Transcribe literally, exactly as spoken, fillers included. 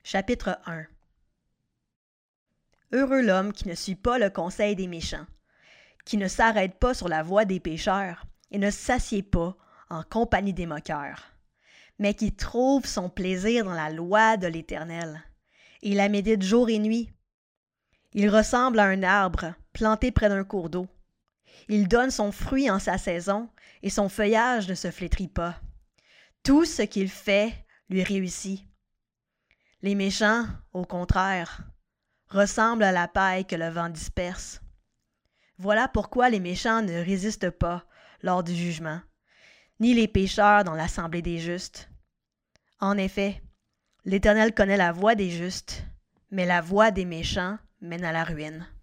Chapitre un. Heureux l'homme qui ne suit pas le conseil des méchants, qui ne s'arrête pas sur la voie des pécheurs et ne s'assied pas en compagnie des moqueurs, mais qui trouve son plaisir dans la loi de l'Éternel et la médite jour et nuit. Il ressemble à un arbre planté près d'un cours d'eau. Il donne son fruit en sa saison et son feuillage ne se flétrit pas. Tout ce qu'il fait lui réussit. Les méchants, au contraire, ressemblent à la paille que le vent disperse. Voilà pourquoi les méchants ne résistent pas lors du jugement, ni les pécheurs dans l'assemblée des justes. En effet, l'Éternel connaît la voie des justes, mais la voie des méchants mène à la ruine.